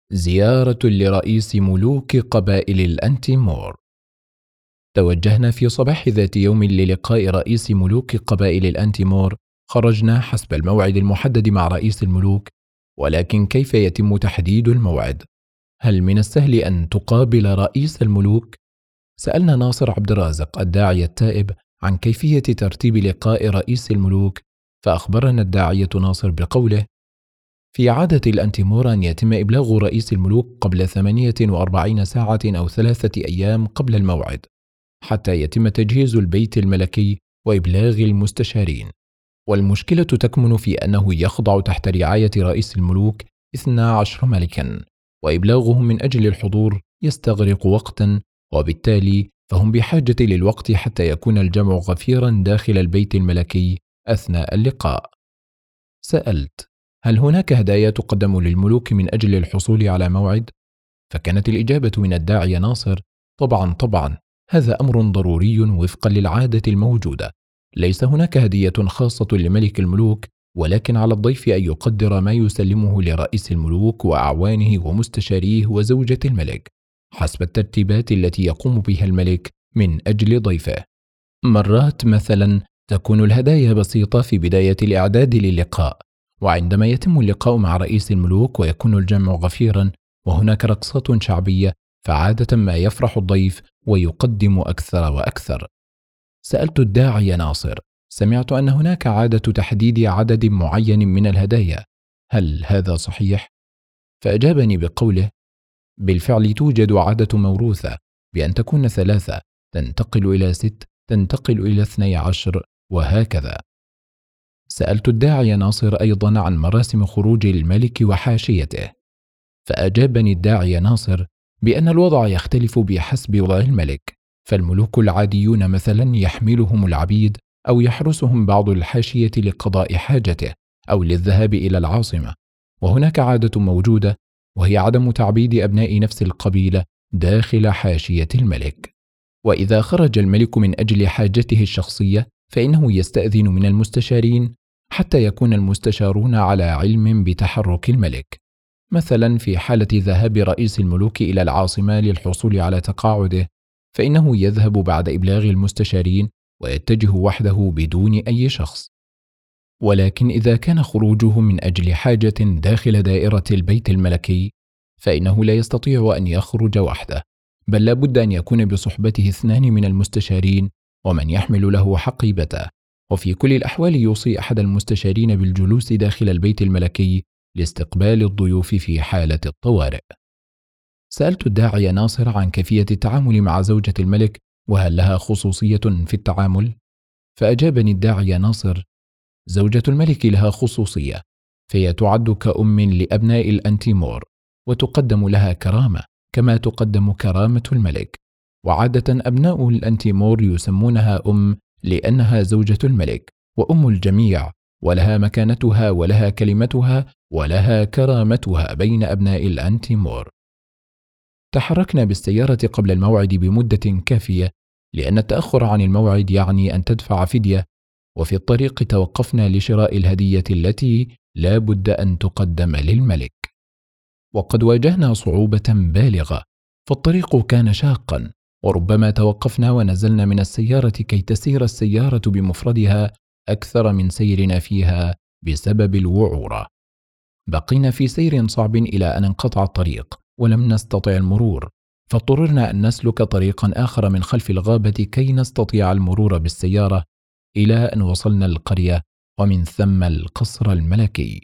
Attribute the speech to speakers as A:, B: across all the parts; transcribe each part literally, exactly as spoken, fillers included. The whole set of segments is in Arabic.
A: زيارة لرئيس ملوك قبائل الأنتيمور. توجهنا في صباح ذات يوم للقاء رئيس ملوك قبائل الأنتيمور. خرجنا حسب الموعد المحدد مع رئيس الملوك، ولكن كيف يتم تحديد الموعد؟ هل من السهل أن تقابل رئيس الملوك؟ سألنا ناصر عبد الرازق الداعية التائب عن كيفية ترتيب لقاء رئيس الملوك، فأخبرنا الداعية ناصر بقوله: في عادة الأنتيمور أن يتم إبلاغ رئيس الملوك قبل ثمانية وأربعين ساعة أو ثلاثة أيام قبل الموعد، حتى يتم تجهيز البيت الملكي وإبلاغ المستشارين. والمشكلة تكمن في أنه يخضع تحت رعاية رئيس الملوك اثنا عشر ملكاً، وإبلاغهم من أجل الحضور يستغرق وقتاً، وبالتالي فهم بحاجة للوقت حتى يكون الجمع غفيراً داخل البيت الملكي أثناء اللقاء. سألت: هل هناك هدايا تقدم للملوك من أجل الحصول على موعد؟ فكانت الإجابة من الداعية ناصر: طبعاً طبعاً، هذا أمر ضروري وفقاً للعادة الموجودة. ليس هناك هدية خاصة لملك الملوك، ولكن على الضيف أن يقدر ما يسلمه لرئيس الملوك وأعوانه ومستشاريه وزوجة الملك حسب الترتيبات التي يقوم بها الملك من أجل ضيفه. مرات مثلا تكون الهدايا بسيطة في بداية الإعداد للقاء، وعندما يتم اللقاء مع رئيس الملوك ويكون الجمع غفيرا وهناك رقصات شعبية، فعادة ما يفرح الضيف ويقدم أكثر وأكثر. سألت الداعي ناصر: سمعت أن هناك عادة تحديد عدد معين من الهدايا، هل هذا صحيح؟ فأجابني بقوله: بالفعل توجد عادة موروثة بأن تكون ثلاثة، تنتقل إلى ست، تنتقل إلى اثني عشر، وهكذا. سألت الداعي ناصر أيضا عن مراسم خروج الملك وحاشيته، فأجابني الداعي ناصر بأن الوضع يختلف بحسب وضع الملك، فالملوك العاديون مثلا يحملهم العبيد أو يحرسهم بعض الحاشية لقضاء حاجته أو للذهاب إلى العاصمة، وهناك عادة موجودة وهي عدم تعبيد أبناء نفس القبيلة داخل حاشية الملك. وإذا خرج الملك من أجل حاجته الشخصية فإنه يستأذن من المستشارين حتى يكون المستشارون على علم بتحرك الملك. مثلا في حالة ذهاب رئيس الملوك إلى العاصمة للحصول على تقاعده، فإنه يذهب بعد إبلاغ المستشارين ويتجه وحده بدون أي شخص. ولكن إذا كان خروجه من أجل حاجة داخل دائرة البيت الملكي، فإنه لا يستطيع أن يخرج وحده، بل لا بد أن يكون بصحبته اثنان من المستشارين ومن يحمل له حقيبته، وفي كل الأحوال يوصي أحد المستشارين بالجلوس داخل البيت الملكي لاستقبال الضيوف في حالة الطوارئ. سألت الداعي ناصر عن كيفية التعامل مع زوجة الملك وهل لها خصوصية في التعامل؟ فأجابني الداعي ناصر: زوجة الملك لها خصوصية، فهي تعد كأم لأبناء الأنتيمور، وتقدم لها كرامة كما تقدم كرامة الملك، وعادة أبناء الأنتيمور يسمونها أم لأنها زوجة الملك وأم الجميع، ولها مكانتها ولها كلمتها ولها كرامتها بين أبناء الأنتيمور. تحركنا بالسيارة قبل الموعد بمدة كافية، لأن التأخر عن الموعد يعني أن تدفع فدية، وفي الطريق توقفنا لشراء الهدية التي لا بد أن تقدم للملك. وقد واجهنا صعوبة بالغة، فالطريق كان شاقا، وربما توقفنا ونزلنا من السيارة كي تسير السيارة بمفردها أكثر من سيرنا فيها بسبب الوعورة. بقينا في سير صعب إلى أن انقطع الطريق ولم نستطع المرور، فاضطررنا أن نسلك طريقا آخر من خلف الغابة كي نستطيع المرور بالسيارة إلى أن وصلنا القرية ومن ثم القصر الملكي.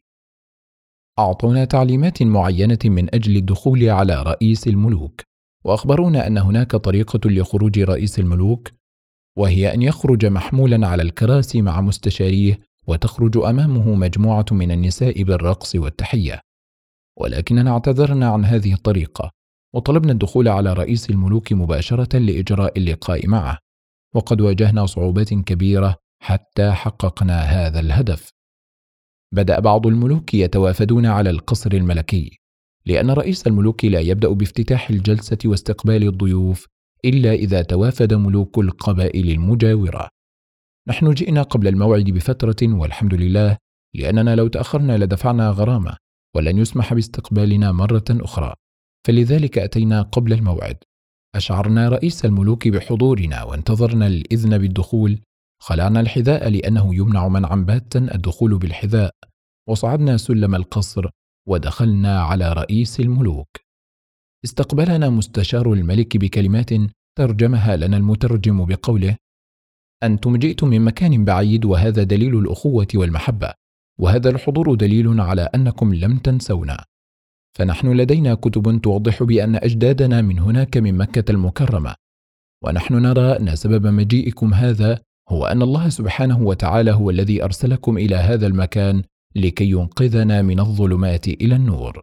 A: أعطونا تعليمات معينة من أجل الدخول على رئيس الملوك، وأخبرونا أن هناك طريقة لخروج رئيس الملوك، وهي أن يخرج محمولا على الكراسي مع مستشاريه، وتخرج أمامه مجموعة من النساء بالرقص والتحية. ولكننا اعتذرنا عن هذه الطريقة، وطلبنا الدخول على رئيس الملوك مباشرة لإجراء اللقاء معه، وقد واجهنا صعوبات كبيرة حتى حققنا هذا الهدف. بدأ بعض الملوك يتوافدون على القصر الملكي، لأن رئيس الملوك لا يبدأ بافتتاح الجلسة واستقبال الضيوف إلا إذا توافد ملوك القبائل المجاورة. نحن جئنا قبل الموعد بفترة والحمد لله، لأننا لو تأخرنا لدفعنا غرامة، ولن يسمح باستقبالنا مرة أخرى، فلذلك أتينا قبل الموعد. أشعرنا رئيس الملوك بحضورنا وانتظرنا الإذن بالدخول. خلعنا الحذاء لأنه يمنع منعا باتا الدخول بالحذاء، وصعدنا سلم القصر ودخلنا على رئيس الملوك. استقبلنا مستشار الملك بكلمات ترجمها لنا المترجم بقوله: أنتم جئتم من مكان بعيد، وهذا دليل الأخوة والمحبة، وهذا الحضور دليل على أنكم لم تنسونا. فنحن لدينا كتب توضح بأن أجدادنا من هناك من مكة المكرمة، ونحن نرى أن سبب مجيئكم هذا هو أن الله سبحانه وتعالى هو الذي أرسلكم إلى هذا المكان لكي ينقذنا من الظلمات إلى النور.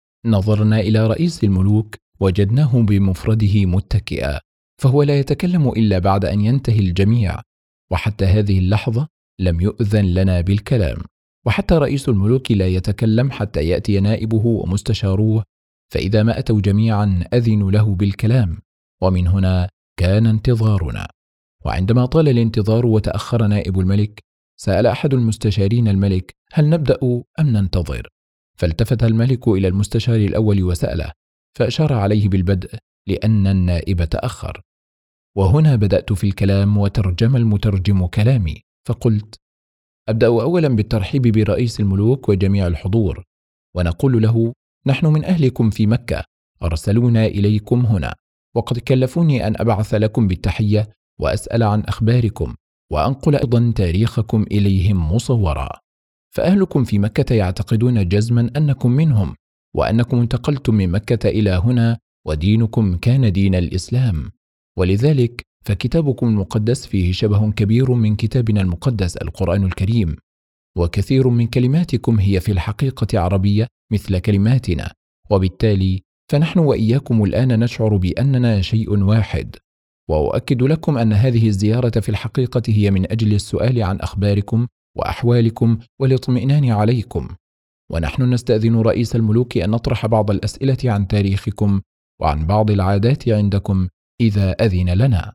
A: نظرنا إلى رئيس الملوك وجدناه بمفرده متكئا، فهو لا يتكلم إلا بعد أن ينتهي الجميع، وحتى هذه اللحظة لم يؤذن لنا بالكلام. وحتى رئيس الملوك لا يتكلم حتى يأتي نائبه ومستشاروه، فإذا ما أتوا جميعا أذنوا له بالكلام، ومن هنا كان انتظارنا. وعندما طال الانتظار وتأخر نائب الملك، سأل أحد المستشارين الملك: هل نبدأ أم ننتظر؟ فالتفت الملك إلى المستشار الأول وسأله، فأشار عليه بالبدء لأن النائب تأخر. وهنا بدأت في الكلام وترجم المترجم كلامي، فقلت: أبدأ أولا بالترحيب برئيس الملوك وجميع الحضور، ونقول له: نحن من أهلكم في مكة، أرسلونا إليكم هنا، وقد كلفوني أن أبعث لكم بالتحية وأسأل عن أخباركم، وأنقل أيضا تاريخكم إليهم مصورا. فأهلكم في مكة يعتقدون جزما أنكم منهم، وأنكم انتقلتم من مكة إلى هنا، ودينكم كان دين الإسلام، ولذلك فكتابكم المقدس فيه شبه كبير من كتابنا المقدس القرآن الكريم، وكثير من كلماتكم هي في الحقيقة عربية مثل كلماتنا، وبالتالي فنحن وإياكم الآن نشعر بأننا شيء واحد. وأؤكد لكم أن هذه الزيارة في الحقيقة هي من أجل السؤال عن أخباركم وأحوالكم والاطمئنان عليكم، ونحن نستأذن رئيس الملوك أن نطرح بعض الأسئلة عن تاريخكم وعن بعض العادات عندكم إذا أذن لنا.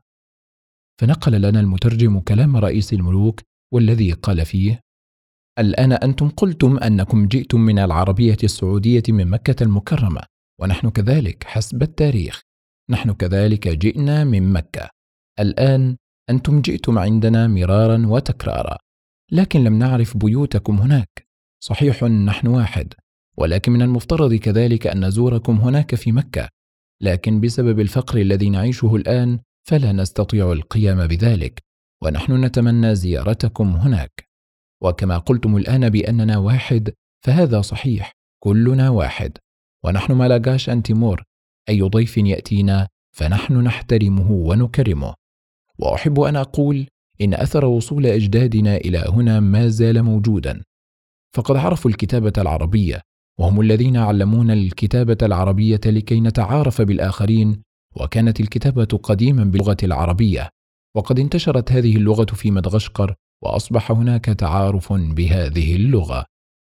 A: فنقل لنا المترجم كلام رئيس الملوك، والذي قال فيه: الآن أنتم قلتم أنكم جئتم من العربية السعودية من مكة المكرمة، ونحن كذلك حسب التاريخ، نحن كذلك جئنا من مكة. الآن أنتم جئتم عندنا مرارا وتكرارا، لكن لم نعرف بيوتكم هناك. صحيح نحن واحد، ولكن من المفترض كذلك أن نزوركم هناك في مكة، لكن بسبب الفقر الذي نعيشه الآن فلا نستطيع القيام بذلك، ونحن نتمنى زيارتكم هناك. وكما قلتم الآن بأننا واحد، فهذا صحيح، كلنا واحد، ونحن مالاغاش أن تيمور، أي ضيف يأتينا فنحن نحترمه ونكرمه. وأحب أن أقول إن أثر وصول أجدادنا إلى هنا ما زال موجودا، فقد عرفوا الكتابة العربية، وهم الذين علمونا الكتابة العربية لكي نتعارف بالآخرين، وكانت الكتابة قديما باللغة العربية، وقد انتشرت هذه اللغة في مدغشقر، وأصبح هناك تعارف بهذه اللغة.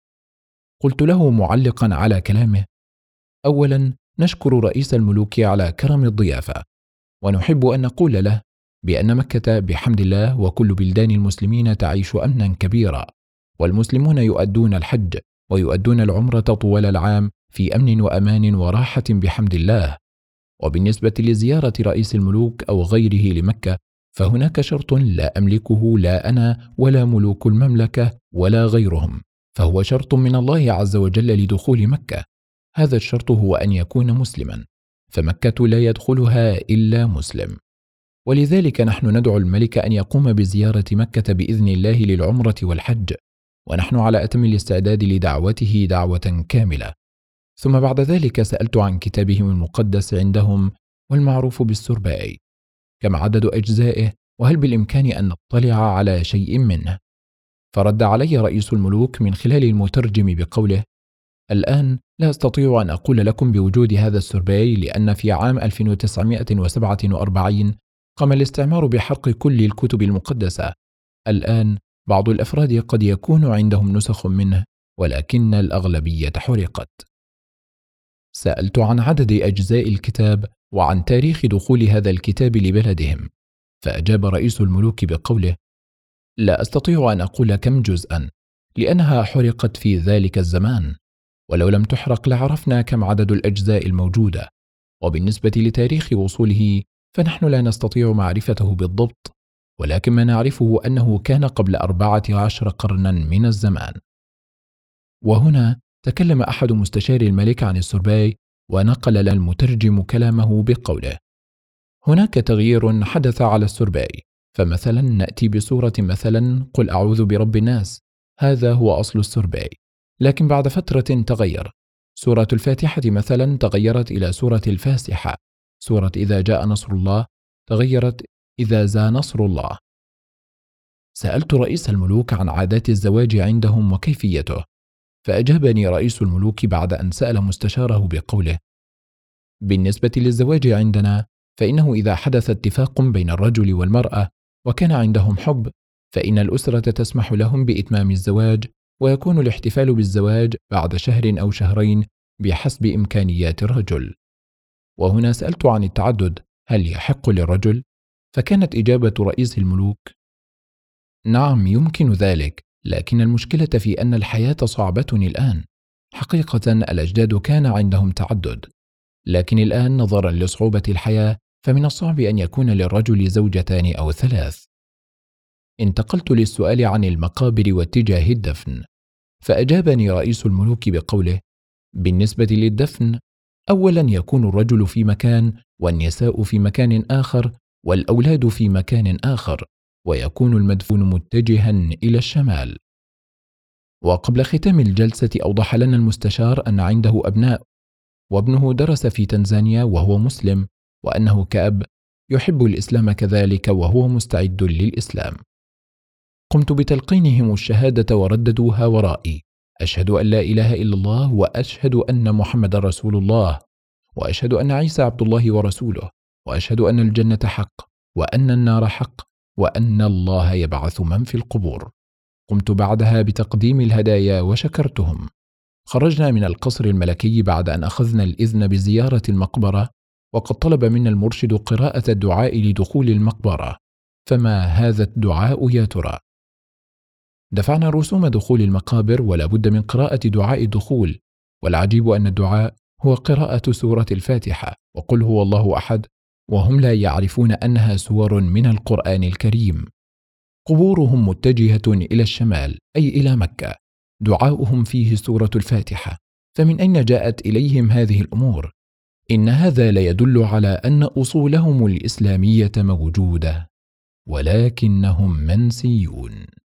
A: قلت له معلقا على كلامه: أولا نشكر رئيس الملوك على كرم الضيافة، ونحب أن نقول له بأن مكة بحمد الله وكل بلدان المسلمين تعيش أمنا كبيرا، والمسلمون يؤدون الحج ويؤدون العمرة طوال العام في أمن وأمان وراحة بحمد الله. وبالنسبة لزيارة رئيس الملوك أو غيره لمكة، فهناك شرط لا أملكه لا أنا ولا ملوك المملكة ولا غيرهم، فهو شرط من الله عز وجل لدخول مكة. هذا الشرط هو أن يكون مسلما، فمكة لا يدخلها إلا مسلم، ولذلك نحن ندعو الملك أن يقوم بزيارة مكة بإذن الله للعمرة والحج، ونحن على أتم الاستعداد لدعوته دعوة كاملة. ثم بعد ذلك سألت عن كتابهم المقدس عندهم والمعروف بالسربائي، كم عدد أجزائه، وهل بالإمكان أن نطلع على شيء منه؟ فرد علي رئيس الملوك من خلال المترجم بقوله: الآن لا أستطيع أن أقول لكم بوجود هذا السرباي، لأن في عام ألف وتسعمائة وسبعة وأربعين قام الاستعمار بحرق كل الكتب المقدسة. الآن بعض الأفراد قد يكون عندهم نسخ منه، ولكن الأغلبية حرقت. سألت عن عدد أجزاء الكتاب وعن تاريخ دخول هذا الكتاب لبلدهم، فأجاب رئيس الملوك بقوله: لا أستطيع أن أقول كم جزءا، لأنها حرقت في ذلك الزمان، ولو لم تحرق لعرفنا كم عدد الأجزاء الموجودة، وبالنسبة لتاريخ وصوله فنحن لا نستطيع معرفته بالضبط، ولكن ما نعرفه أنه كان قبل أربعة عشر قرنا من الزمان. وهنا تكلم أحد مستشاري الملك عن السرباي، ونقل لنا المترجم كلامه بقوله: هناك تغيير حدث على السرباي، فمثلا نأتي بصورة مثلا قل أعوذ برب الناس، هذا هو أصل السرباي، لكن بعد فترة تغير. سورة الفاتحة مثلا تغيرت إلى سورة الفاسحة، سورة إذا جاء نصر الله تغيرت إذا زا نصر الله. سألت رئيس الملوك عن عادات الزواج عندهم وكيفيته، فأجابني رئيس الملوك بعد أن سأل مستشاره بقوله: بالنسبة للزواج عندنا فإنه إذا حدث اتفاق بين الرجل والمرأة وكان عندهم حب، فإن الأسرة تسمح لهم بإتمام الزواج، ويكون الاحتفال بالزواج بعد شهر أو شهرين بحسب إمكانيات الرجل. وهنا سألت عن التعدد، هل يحق للرجل؟ فكانت إجابة رئيس الملوك: نعم يمكن ذلك، لكن المشكلة في أن الحياة صعبة الآن. حقيقة الأجداد كان عندهم تعدد، لكن الآن نظرا لصعوبة الحياة فمن الصعب أن يكون للرجل زوجتان أو ثلاث. انتقلت للسؤال عن المقابر واتجاه الدفن، فأجابني رئيس الملوك بقوله: بالنسبة للدفن، أولا يكون الرجل في مكان والنساء في مكان آخر والأولاد في مكان آخر، ويكون المدفون متجها إلى الشمال. وقبل ختام الجلسة أوضح لنا المستشار أن عنده أبناء، وابنه درس في تنزانيا وهو مسلم، وأنه كأب يحب الإسلام كذلك وهو مستعد للإسلام. قمت بتلقينهم الشهادة ورددوها ورائي: أشهد أن لا إله إلا الله، وأشهد أن محمد رسول الله، وأشهد أن عيسى عبد الله ورسوله، وأشهد أن الجنة حق وأن النار حق وأن الله يبعث من في القبور. قمت بعدها بتقديم الهدايا وشكرتهم. خرجنا من القصر الملكي بعد أن أخذنا الإذن بزيارة المقبرة، وقد طلب منا المرشد قراءة الدعاء لدخول المقبرة. فما هذا الدعاء يا ترى؟ دفعنا رسوم دخول المقابر ولا بد من قراءة دعاء الدخول، والعجيب أن الدعاء هو قراءة سورة الفاتحة وقل هو الله أحد، وهم لا يعرفون أنها سور من القرآن الكريم. قبورهم متجهة إلى الشمال أي إلى مكة، دعاؤهم فيه سورة الفاتحة، فمن أين جاءت إليهم هذه الأمور؟ إن هذا ليدل على أن أصولهم الإسلامية موجودة، ولكنهم منسيون.